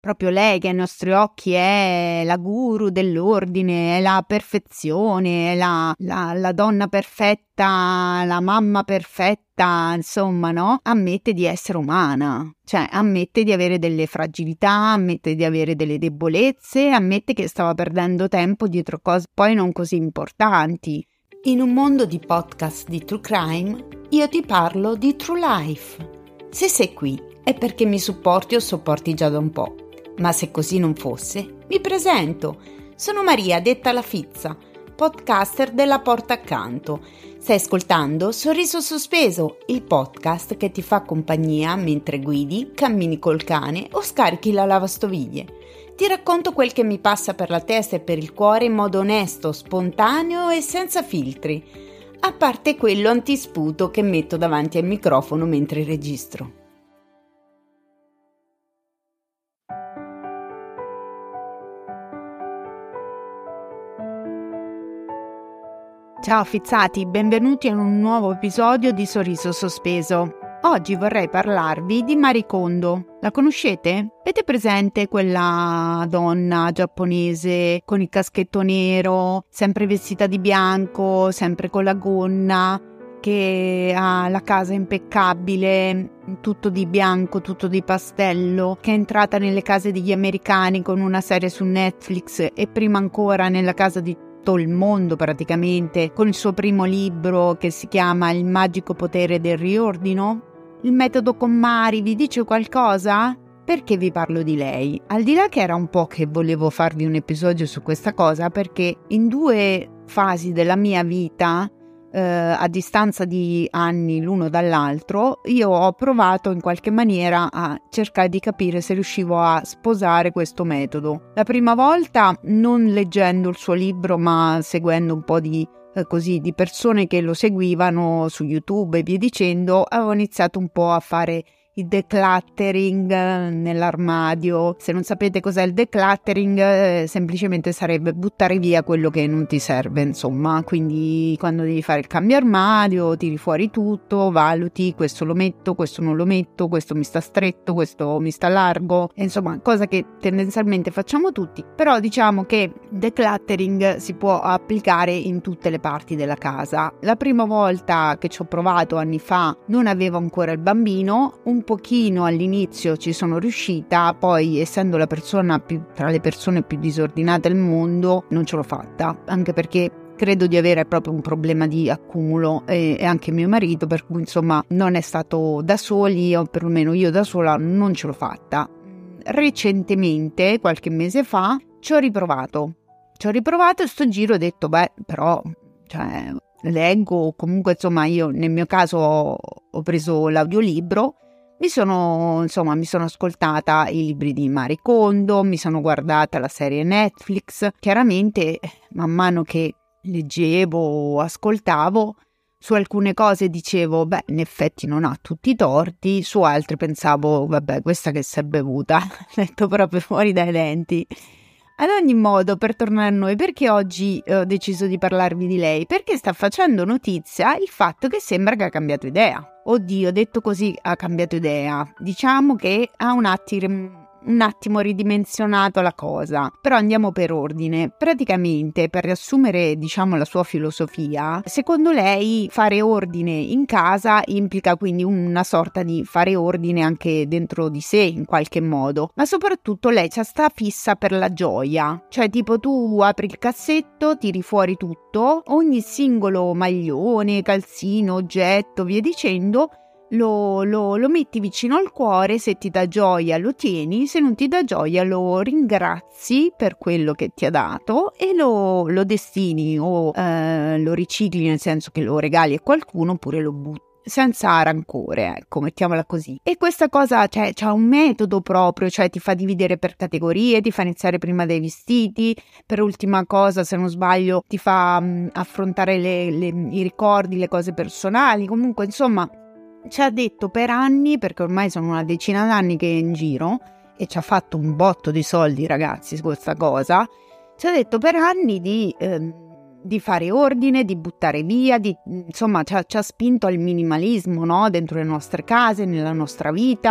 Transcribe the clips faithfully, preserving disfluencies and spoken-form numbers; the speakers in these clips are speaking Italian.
proprio lei che ai nostri occhi è la guru dell'ordine, è la perfezione, è la, la, la donna perfetta, la mamma perfetta, insomma, no? Ammette di essere umana, cioè ammette di avere delle fragilità, ammette di avere delle debolezze, ammette che stava perdendo tempo dietro cose poi non così importanti. In un mondo di podcast di True Crime, io ti parlo di True Life. Se sei qui è perché mi supporti o sopporti già da un po'. Ma se così non fosse, mi presento. Sono Maria, detta la Fizza, podcaster della Porta Accanto. Stai ascoltando Sorriso Sospeso, il podcast che ti fa compagnia mentre guidi, cammini col cane o scarichi la lavastoviglie. Ti racconto quel che mi passa per la testa e per il cuore in modo onesto, spontaneo e senza filtri, a parte quello antisputo che metto davanti al microfono mentre registro. Ciao fizzati, benvenuti in un nuovo episodio di Sorriso Sospeso. Oggi vorrei parlarvi di Marie Kondo. La conoscete? Avete presente quella donna giapponese con il caschetto nero, sempre vestita di bianco, sempre con la gonna, che ha la casa impeccabile, tutto di bianco, tutto di pastello, che è entrata nelle case degli americani con una serie su Netflix e prima ancora nella casa di il mondo praticamente con il suo primo libro che si chiama Il magico potere del riordino? Il metodo KonMari vi dice qualcosa? Perché vi parlo di lei? Al di là che era un po' che volevo farvi un episodio su questa cosa, perché in due fasi della mia vita, eh, a distanza di anni l'uno dall'altro, io ho provato in qualche maniera a cercare di capire se riuscivo a sposare questo metodo. La prima volta non leggendo il suo libro, ma seguendo un po' di eh, così di persone che lo seguivano su YouTube e via dicendo, avevo iniziato un po' a fare il decluttering nell'armadio. Se non sapete cos'è il decluttering, eh, semplicemente sarebbe buttare via quello che non ti serve, insomma. Quindi quando devi fare il cambio armadio tiri fuori tutto, valuti, questo lo metto, questo non lo metto, questo mi sta stretto, questo mi sta largo, e insomma cosa che tendenzialmente facciamo tutti, però diciamo che decluttering si può applicare in tutte le parti della casa. La prima volta che ci ho provato anni fa non avevo ancora il bambino, un Un pochino all'inizio ci sono riuscita, poi essendo la persona più tra le persone più disordinate al mondo non ce l'ho fatta, anche perché credo di avere proprio un problema di accumulo e, e anche mio marito, per cui insomma non è stato da soli, o perlomeno io da sola non ce l'ho fatta. Recentemente, qualche mese fa, ci ho riprovato ci ho riprovato e sto giro ho detto beh però cioè leggo, comunque insomma io nel mio caso ho, ho preso l'audiolibro. Mi sono, insomma, mi sono ascoltata i libri di Marie Kondo, mi sono guardata la serie Netflix. Chiaramente, man mano che leggevo o ascoltavo, su alcune cose dicevo, beh, in effetti non ha tutti i torti, su altre pensavo, vabbè, questa che si è bevuta, detto proprio fuori dai denti. Ad ogni modo, per tornare a noi, perché oggi ho deciso di parlarvi di lei? Perché sta facendo notizia il fatto che sembra che ha cambiato idea. Oddio, detto così ha cambiato idea. Diciamo che ha un attimo, un attimo ridimensionato la cosa. Però andiamo per ordine. Praticamente, per riassumere, diciamo, la sua filosofia, secondo lei fare ordine in casa implica quindi una sorta di fare ordine anche dentro di sé in qualche modo. Ma soprattutto lei c'ha sta fissa per la gioia. Cioè tipo tu apri il cassetto, tiri fuori tutto, ogni singolo maglione, calzino, oggetto, via dicendo, Lo, lo, lo metti vicino al cuore, se ti dà gioia lo tieni, se non ti dà gioia lo ringrazi per quello che ti ha dato e lo, lo destini o eh, lo ricicli, nel senso che lo regali a qualcuno oppure lo butti. Senza rancore, ecco, mettiamola così. E questa cosa, cioè, c'ha un metodo proprio, cioè ti fa dividere per categorie, ti fa iniziare prima dai vestiti, per ultima cosa, se non sbaglio, ti fa mh, affrontare le, le, i ricordi, le cose personali, comunque, insomma, ci ha detto per anni, perché ormai sono una decina d'anni che è in giro e ci ha fatto un botto di soldi, ragazzi, su questa cosa, ci ha detto per anni di... Ehm, di fare ordine, di buttare via, di, insomma ci ha, ci ha spinto al minimalismo, no? Dentro le nostre case, nella nostra vita,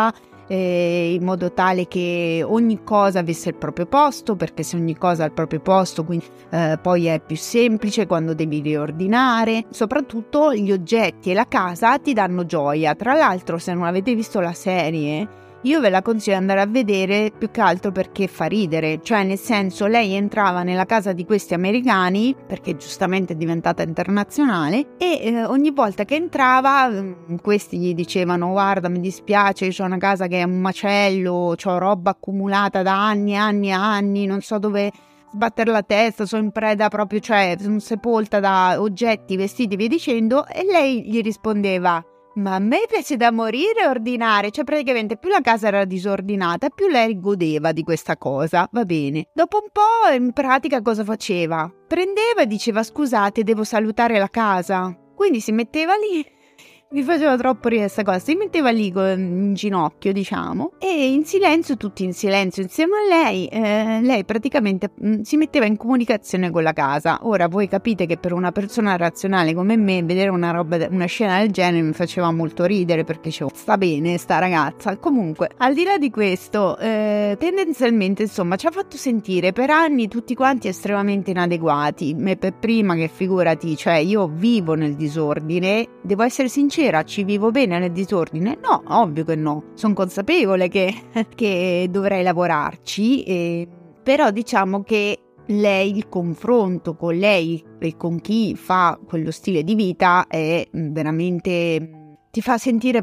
eh, in modo tale che ogni cosa avesse il proprio posto, perché se ogni cosa ha il proprio posto, quindi eh, poi è più semplice quando devi riordinare. Soprattutto gli oggetti e la casa ti danno gioia. Tra l'altro, se non avete visto la serie, io ve la consiglio di andare a vedere, più che altro perché fa ridere, cioè nel senso, lei entrava nella casa di questi americani, perché giustamente è diventata internazionale, e eh, ogni volta che entrava questi gli dicevano: guarda, mi dispiace, io ho una casa che è un macello, ho roba accumulata da anni e anni e anni, non so dove sbattere la testa, sono in preda proprio, cioè sono sepolta da oggetti, vestiti, via dicendo. E lei gli rispondeva: ma a me piace da morire ordinare. Cioè praticamente più la casa era disordinata, più lei godeva di questa cosa. Va bene. Dopo un po', in pratica cosa faceva? Prendeva e diceva: scusate, devo salutare la casa. Quindi si metteva lì. Mi faceva troppo ridere questa cosa. Si metteva lì in ginocchio, diciamo, e in silenzio, tutti in silenzio insieme a lei, eh, lei praticamente mh, si metteva in comunicazione con la casa. Ora voi capite che per una persona razionale come me vedere una roba, una scena del genere mi faceva molto ridere, perché dicevo: sta bene sta ragazza. Comunque, al di là di questo, eh, tendenzialmente insomma ci ha fatto sentire per anni tutti quanti estremamente inadeguati. Me per prima, che figurati, cioè io vivo nel disordine, devo essere sincera, ci vivo bene nel disordine? No, ovvio che no, sono consapevole che, che dovrei lavorarci, e, però diciamo che lei, il confronto con lei e con chi fa quello stile di vita è veramente, ti fa sentire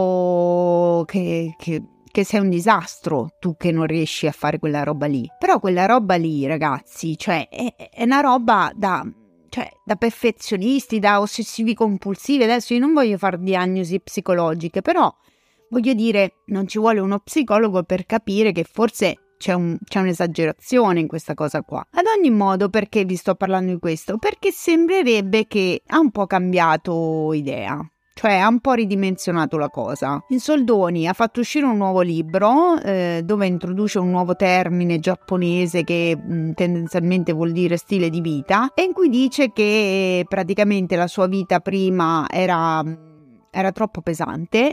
proprio che, che, che sei un disastro, tu che non riesci a fare quella roba lì. Però quella roba lì, ragazzi, cioè è, è una roba da... cioè da perfezionisti, da ossessivi compulsivi. Adesso io non voglio fare diagnosi psicologiche, però voglio dire, non ci vuole uno psicologo per capire che forse c'è, un, c'è un'esagerazione in questa cosa qua. Ad ogni modo, perché vi sto parlando di questo? Perché sembrerebbe che ha un po' cambiato idea. Cioè ha un po' ridimensionato la cosa. In soldoni ha fatto uscire un nuovo libro eh, dove introduce un nuovo termine giapponese che mh, tendenzialmente vuol dire stile di vita, e in cui dice che praticamente la sua vita prima era, era troppo pesante,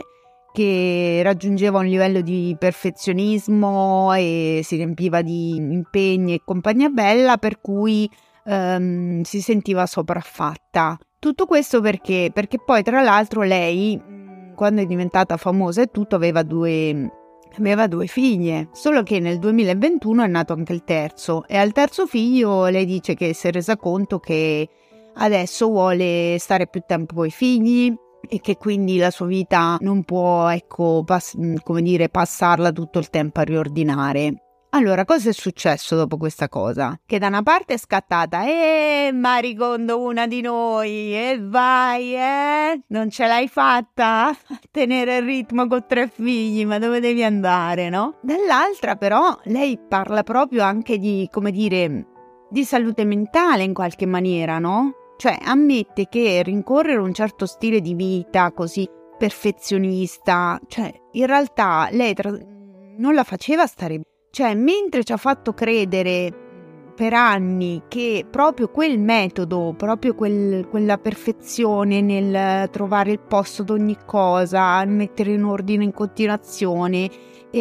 che raggiungeva un livello di perfezionismo e si riempiva di impegni e compagnia bella, per cui ehm, si sentiva sopraffatta. Tutto questo perché? Perché poi tra l'altro lei, quando è diventata famosa e tutto, aveva due, aveva due figlie, solo che nel duemilaventuno è nato anche il terzo, e al terzo figlio lei dice che si è resa conto che adesso vuole stare più tempo con i figli e che quindi la sua vita non può, ecco, pass- come dire, passarla tutto il tempo a riordinare. Allora, cosa è successo dopo questa cosa? Che da una parte è scattata: eh, Maricondo, una di noi, e vai, eh, non ce l'hai fatta a tenere il ritmo con tre figli, ma dove devi andare, no? Dall'altra però lei parla proprio anche di, come dire, di salute mentale in qualche maniera, no? Cioè ammette che rincorrere un certo stile di vita così perfezionista, cioè in realtà lei tra- non la faceva stare bene. Cioè, mentre ci ha fatto credere per anni che proprio quel metodo, proprio quel, quella perfezione nel trovare il posto ad ogni cosa, mettere in ordine in continuazione,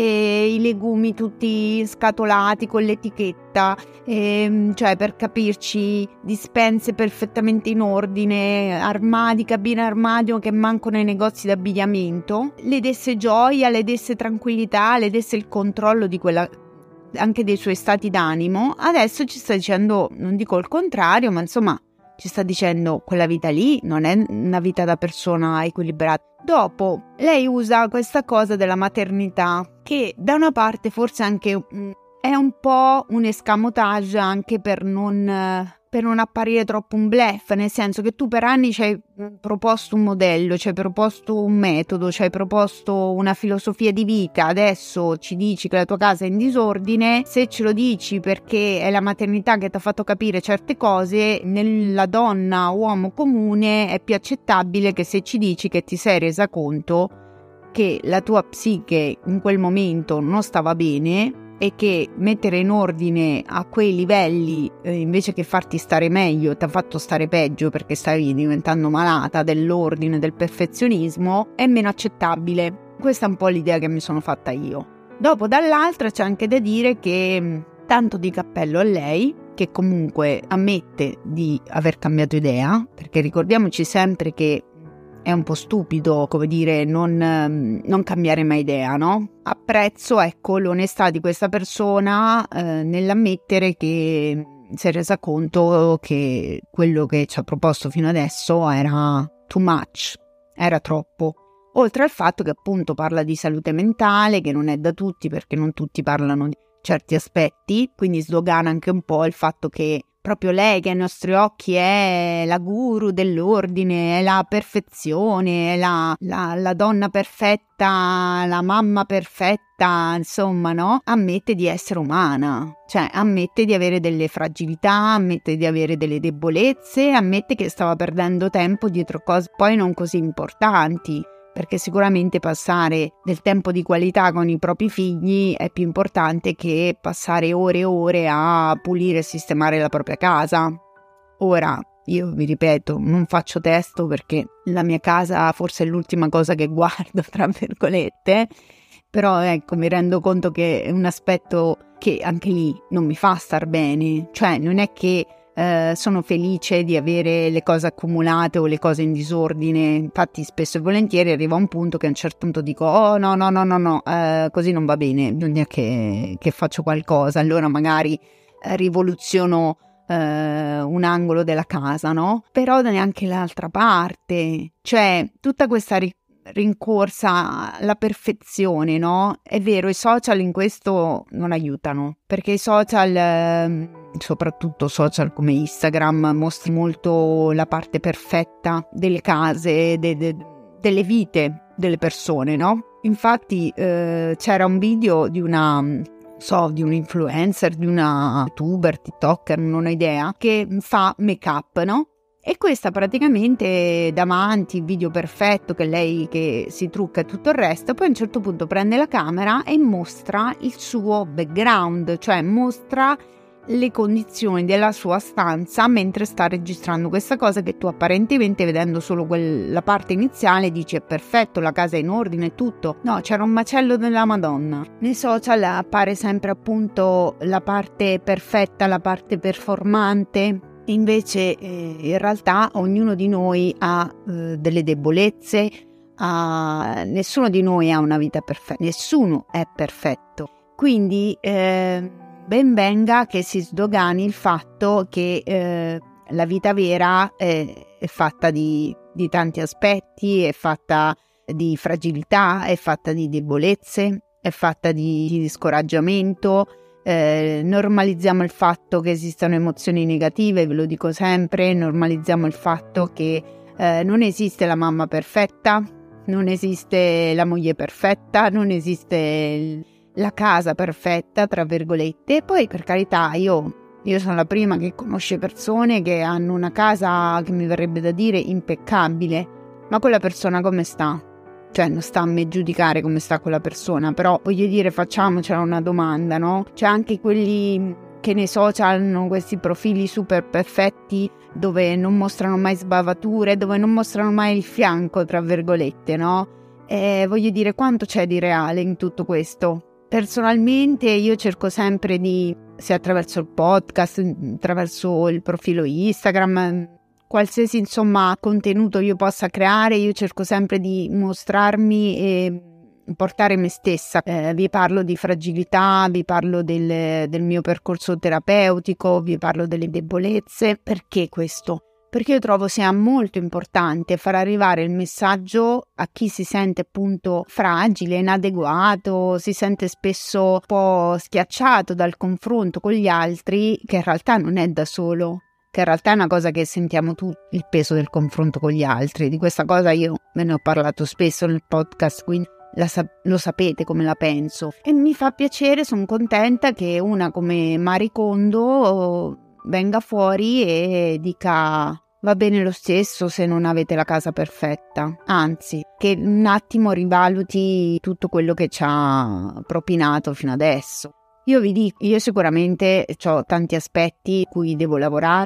e i legumi tutti scatolati con l'etichetta, e, cioè per capirci dispense perfettamente in ordine, armadi, cabine armadio che mancano nei negozi d'abbigliamento, le desse gioia, le desse tranquillità, le desse il controllo di quella, anche dei suoi stati d'animo. Adesso ci sta dicendo, non dico il contrario, ma insomma ci sta dicendo: quella vita lì non è una vita da persona equilibrata. Dopo lei usa questa cosa della maternità, che da una parte forse anche mh, è un po' un escamotage anche per non, per non apparire troppo un bluff, nel senso che tu per anni ci hai proposto un modello, ci hai proposto un metodo, ci hai proposto una filosofia di vita, adesso ci dici che la tua casa è in disordine. Se ce lo dici perché è la maternità che ti ha fatto capire certe cose, nella donna uomo comune è più accettabile che se ci dici che ti sei resa conto che la tua psiche in quel momento non stava bene, e che mettere in ordine a quei livelli, eh, invece che farti stare meglio, ti ha fatto stare peggio perché stavi diventando malata dell'ordine, del perfezionismo, è meno accettabile. Questa è un po' l'idea che mi sono fatta io. Dopo, dall'altra, c'è anche da dire che tanto di cappello a lei, che comunque ammette di aver cambiato idea, perché ricordiamoci sempre che è un po' stupido, come dire, non, non cambiare mai idea, no? Apprezzo, ecco, l'onestà di questa persona eh, nell'ammettere che si è resa conto che quello che ci ha proposto fino adesso era too much, era troppo. Oltre al fatto che appunto parla di salute mentale, che non è da tutti perché non tutti parlano di certi aspetti, quindi sdogana anche un po' il fatto che proprio lei, che ai nostri occhi è la guru dell'ordine, è la perfezione, è la, la, la donna perfetta, la mamma perfetta, insomma, no? Ammette di essere umana, cioè ammette di avere delle fragilità, ammette di avere delle debolezze, ammette che stava perdendo tempo dietro cose poi non così importanti. Perché sicuramente passare del tempo di qualità con i propri figli è più importante che passare ore e ore a pulire e sistemare la propria casa. Ora, io vi ripeto, non faccio testo perché la mia casa forse è l'ultima cosa che guardo, tra virgolette, però ecco, mi rendo conto che è un aspetto che anche lì non mi fa star bene, cioè non è che Uh, sono felice di avere le cose accumulate o le cose in disordine. Infatti spesso e volentieri arriva un punto che a un certo punto dico oh no no no no no uh, così non va bene, bisogna che, che faccio qualcosa, allora magari uh, rivoluziono uh, un angolo della casa, no? Però neanche l'altra parte, cioè tutta questa ri- rincorsa alla perfezione, no? È vero, i social in questo non aiutano, perché i social, soprattutto social come Instagram, mostrano molto la parte perfetta delle case, de- de- delle vite delle persone, no? Infatti eh, c'era un video di una so di un influencer, di una youtuber, tiktoker, non ho idea, che fa make up, no? E questa praticamente davanti, video perfetto, che lei che si trucca e tutto il resto, poi a un certo punto prende la camera e mostra il suo background, cioè mostra le condizioni della sua stanza mentre sta registrando questa cosa che tu apparentemente, vedendo solo quella parte iniziale, dici è perfetto, la casa è in ordine e tutto. No, c'era un macello della Madonna. Nei social appare sempre appunto la parte perfetta, la parte performante. Invece eh, in realtà ognuno di noi ha eh, delle debolezze, ha... nessuno di noi ha una vita perfetta, nessuno è perfetto. Quindi eh, ben venga che si sdogani il fatto che eh, la vita vera è, è fatta di, di tanti aspetti, è fatta di fragilità, è fatta di debolezze, è fatta di, di scoraggiamento. Eh, normalizziamo il fatto che esistano emozioni negative, ve lo dico sempre, normalizziamo il fatto che eh, non esiste la mamma perfetta, non esiste la moglie perfetta, non esiste la casa perfetta, tra virgolette. E poi per carità, io, io sono la prima che conosce persone che hanno una casa che mi verrebbe da dire impeccabile, ma quella persona come sta? Cioè non sta a me giudicare come sta quella persona, però voglio dire, facciamocela una domanda, no? C'è anche quelli che nei social hanno questi profili super perfetti dove non mostrano mai sbavature, dove non mostrano mai il fianco, tra virgolette, no? E voglio dire, quanto c'è di reale in tutto questo? Personalmente io cerco sempre di, sia attraverso il podcast, attraverso il profilo Instagram, qualsiasi insomma contenuto io possa creare, io cerco sempre di mostrarmi e portare me stessa. Eh, vi parlo di fragilità, vi parlo del, del mio percorso terapeutico, vi parlo delle debolezze. Perché questo? Perché io trovo sia molto importante far arrivare il messaggio a chi si sente appunto fragile, inadeguato, si sente spesso un po' schiacciato dal confronto con gli altri, che in realtà non è da solo, che in realtà è una cosa che sentiamo tutti, il peso del confronto con gli altri. Di questa cosa io ve ne ho parlato spesso nel podcast, quindi la sa- lo sapete come la penso. E mi fa piacere, sono contenta che una come Marie Kondo venga fuori e dica va bene lo stesso se non avete la casa perfetta, anzi che un attimo rivaluti tutto quello che ci ha propinato fino adesso. Io vi dico, io sicuramente ho tanti aspetti cui devo lavorare,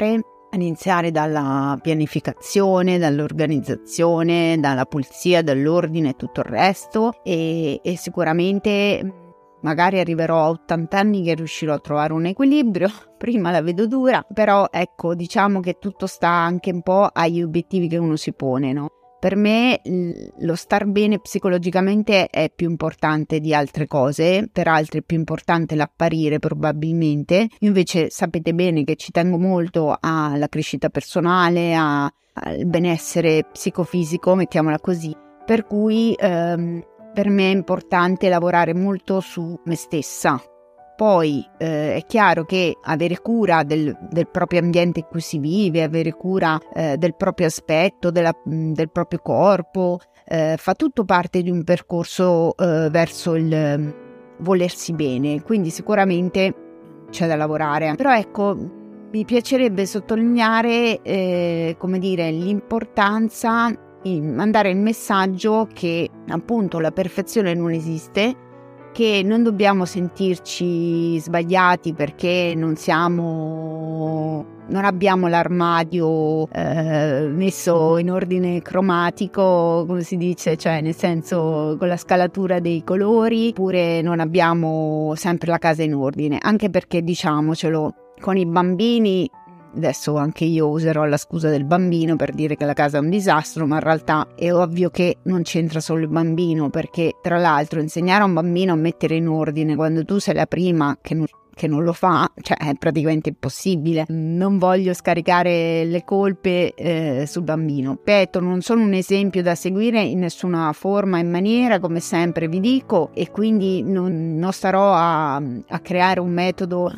a iniziare dalla pianificazione, dall'organizzazione, dalla pulizia, dall'ordine e tutto il resto, e, e sicuramente magari arriverò a ottanta anni che riuscirò a trovare un equilibrio. Prima la vedo dura, però ecco, diciamo che tutto sta anche un po' agli obiettivi che uno si pone, no? Per me lo star bene psicologicamente è più importante di altre cose, per altri è più importante l'apparire probabilmente. Io invece sapete bene che ci tengo molto alla crescita personale, a, al benessere psicofisico, mettiamola così, per cui ehm, per me è importante lavorare molto su me stessa. Poi eh, è chiaro che avere cura del, del proprio ambiente in cui si vive, avere cura eh, del proprio aspetto, della, del proprio corpo, eh, fa tutto parte di un percorso eh, verso il eh, volersi bene, quindi sicuramente c'è da lavorare. Però ecco, mi piacerebbe sottolineare, eh, come dire, l'importanza di mandare il messaggio che appunto la perfezione non esiste, che non dobbiamo sentirci sbagliati perché non siamo, non abbiamo l'armadio eh, messo in ordine cromatico, come si dice, cioè nel senso con la scalatura dei colori, oppure non abbiamo sempre la casa in ordine, anche perché diciamocelo, con i bambini, adesso anche io userò la scusa del bambino per dire che la casa è un disastro, ma in realtà è ovvio che non c'entra solo il bambino, perché tra l'altro insegnare a un bambino a mettere in ordine quando tu sei la prima che non, che non lo fa, cioè è praticamente impossibile. Non voglio scaricare le colpe eh, sul bambino. Ripeto, non sono un esempio da seguire in nessuna forma e maniera, come sempre vi dico, e quindi non, non starò a, a creare un metodo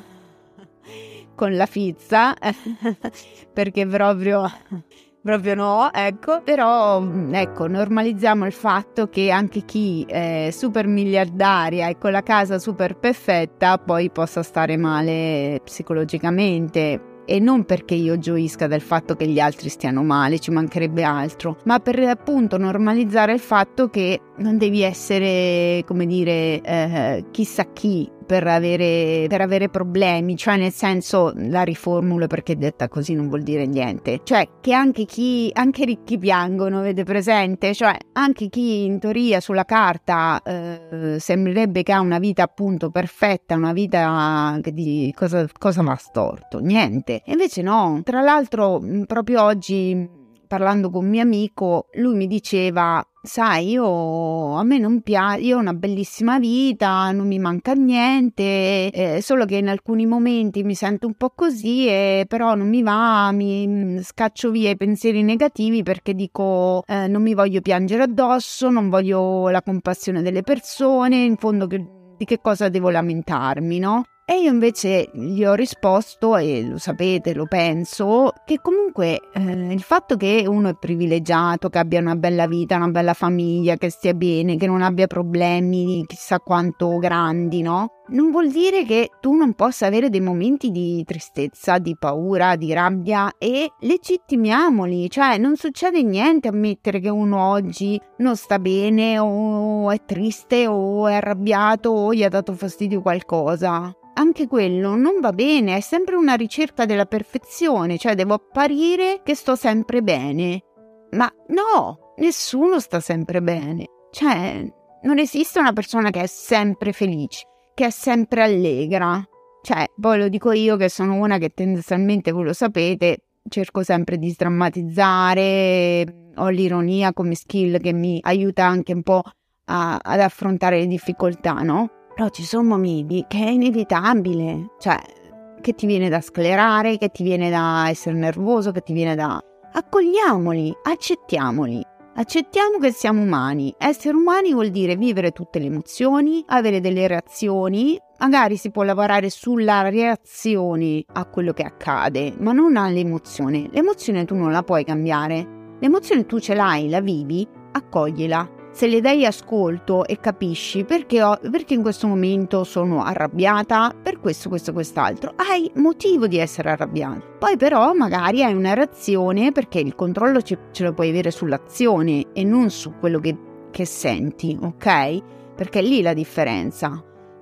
con la fizza perché proprio proprio no, ecco. Però ecco, normalizziamo il fatto che anche chi è super miliardaria e con la casa super perfetta poi possa stare male psicologicamente, e non perché io gioisca del fatto che gli altri stiano male, ci mancherebbe altro, ma per appunto normalizzare il fatto che non devi essere, come dire, eh, chissà chi per avere, per avere problemi, cioè nel senso, la riformulo perché detta così non vuol dire niente, cioè che anche chi, anche ricchi piangono, avete presente? Cioè anche chi in teoria sulla carta eh, sembrerebbe che ha una vita appunto perfetta, una vita che di cosa, cosa va storto? Niente. E invece no. Tra l'altro proprio oggi, parlando con un mio amico, lui mi diceva: sai, io a me non piace, io ho una bellissima vita, non mi manca niente, eh, solo che in alcuni momenti mi sento un po' così, e però non mi va, mi scaccio via i pensieri negativi perché dico eh, non mi voglio piangere addosso, non voglio la compassione delle persone, in fondo che, di che cosa devo lamentarmi, no? E io invece gli ho risposto, e lo sapete, lo penso, che comunque eh, il fatto che uno è privilegiato, che abbia una bella vita, una bella famiglia, che stia bene, che non abbia problemi chissà quanto grandi, no? Non vuol dire che tu non possa avere dei momenti di tristezza, di paura, di rabbia, e legittimiamoli, cioè non succede niente a ammettere che uno oggi non sta bene, o è triste, o è arrabbiato, o gli ha dato fastidio qualcosa. Anche quello non va bene, è sempre una ricerca della perfezione, cioè devo apparire che sto sempre bene. Ma no, nessuno sta sempre bene, cioè non esiste una persona che è sempre felice, che è sempre allegra. Cioè, poi lo dico io che sono una che tendenzialmente, voi lo sapete, cerco sempre di sdrammatizzare, ho l'ironia come skill che mi aiuta anche un po' a, ad affrontare le difficoltà, no? Però ci sono momenti che è inevitabile, cioè che ti viene da sclerare, che ti viene da essere nervoso, che ti viene da... Accogliamoli, accettiamoli, accettiamo che siamo umani. Essere umani vuol dire vivere tutte le emozioni, avere delle reazioni, magari si può lavorare sulla reazione a quello che accade, ma non all'emozione. L'emozione tu non la puoi cambiare, l'emozione tu ce l'hai, la vivi, accoglila. Se le dai ascolto e capisci perché, ho, perché in questo momento sono arrabbiata, per questo, questo, quest'altro, hai motivo di essere arrabbiata. Poi però magari hai una reazione, perché il controllo ce, ce lo puoi avere sull'azione e non su quello che, che senti, ok? Perché è lì la differenza.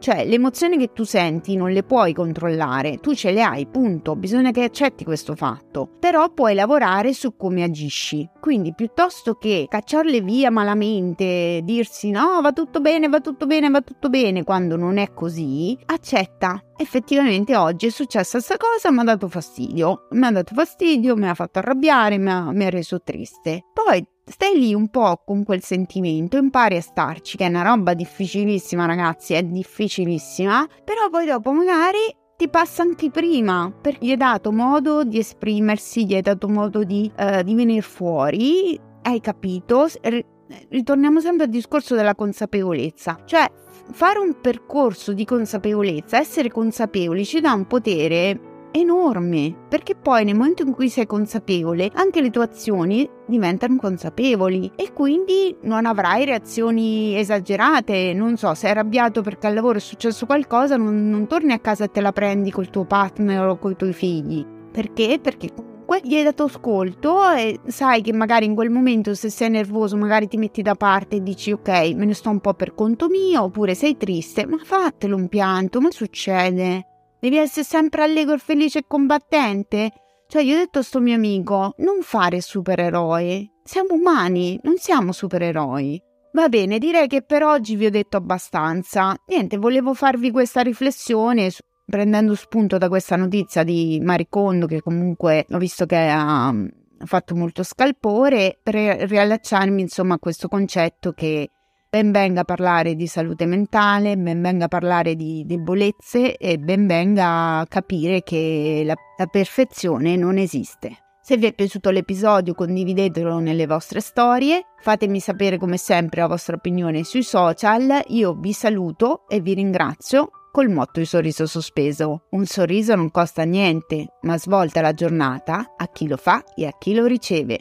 Cioè, le emozioni che tu senti non le puoi controllare, tu ce le hai, punto. Bisogna che accetti questo fatto. Però puoi lavorare su come agisci. Quindi, piuttosto che cacciarle via malamente, dirsi no, va tutto bene, va tutto bene, va tutto bene, quando non è così, accetta. Effettivamente oggi è successa questa cosa, mi ha dato fastidio. Mi ha dato fastidio, mi ha fatto arrabbiare, mi ha, mi ha reso triste. Poi stai lì un po' con quel sentimento, impari a starci, che è una roba difficilissima, ragazzi, è difficilissima, però poi dopo magari ti passa anche prima, perché gli hai dato modo di esprimersi, gli hai dato modo di, uh, di venire fuori, hai capito? R- ritorniamo sempre al discorso della consapevolezza, cioè fare un percorso di consapevolezza, essere consapevoli ci dà un potere enorme, perché poi nel momento in cui sei consapevole anche le tue azioni diventano consapevoli e quindi non avrai reazioni esagerate. Non so, sei arrabbiato perché al lavoro è successo qualcosa, non, non torni a casa e te la prendi col tuo partner o coi tuoi figli. Perché? Perché comunque gli hai dato ascolto e sai che magari in quel momento, se sei nervoso, magari ti metti da parte e dici ok, me ne sto un po' per conto mio, oppure sei triste, ma fatelo un pianto, ma succede? Devi essere sempre allegro, felice e combattente? Cioè, io ho detto a sto mio amico, non fare supereroi. Siamo umani, non siamo supereroi. Va bene, direi che per oggi vi ho detto abbastanza. Niente, volevo farvi questa riflessione prendendo spunto da questa notizia di Marie Kondo, che comunque ho visto che ha, ha fatto molto scalpore, per riallacciarmi insomma a questo concetto che ben venga parlare di salute mentale, ben venga parlare di debolezze e ben venga capire che la, la perfezione non esiste. Se vi è piaciuto l'episodio, condividetelo nelle vostre storie, fatemi sapere come sempre la vostra opinione sui social. Io vi saluto e vi ringrazio col motto di sorriso sospeso. Un sorriso non costa niente, ma svolta la giornata a chi lo fa e a chi lo riceve.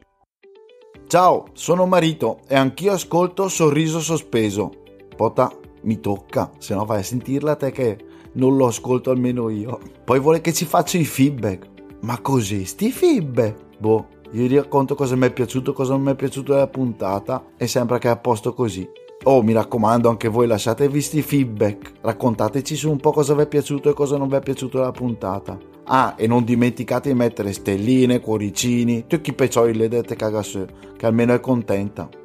Ciao, sono Marito e anch'io ascolto Sorriso Sospeso. Pota, mi tocca, se no vai a sentirla te che non lo ascolto almeno io. Poi vuole che ci faccia i feedback. Ma così, sti feedback? Boh, io vi racconto cosa mi è piaciuto, cosa non mi è piaciuto della puntata e sembra che è a posto così. Oh, mi raccomando, anche voi lasciatevi sti feedback. Raccontateci su un po' cosa vi è piaciuto e cosa non vi è piaciuto della puntata. Ah, e non dimenticate di mettere stelline, cuoricini, tutti i peccioli le dette cagasse, che almeno è contenta.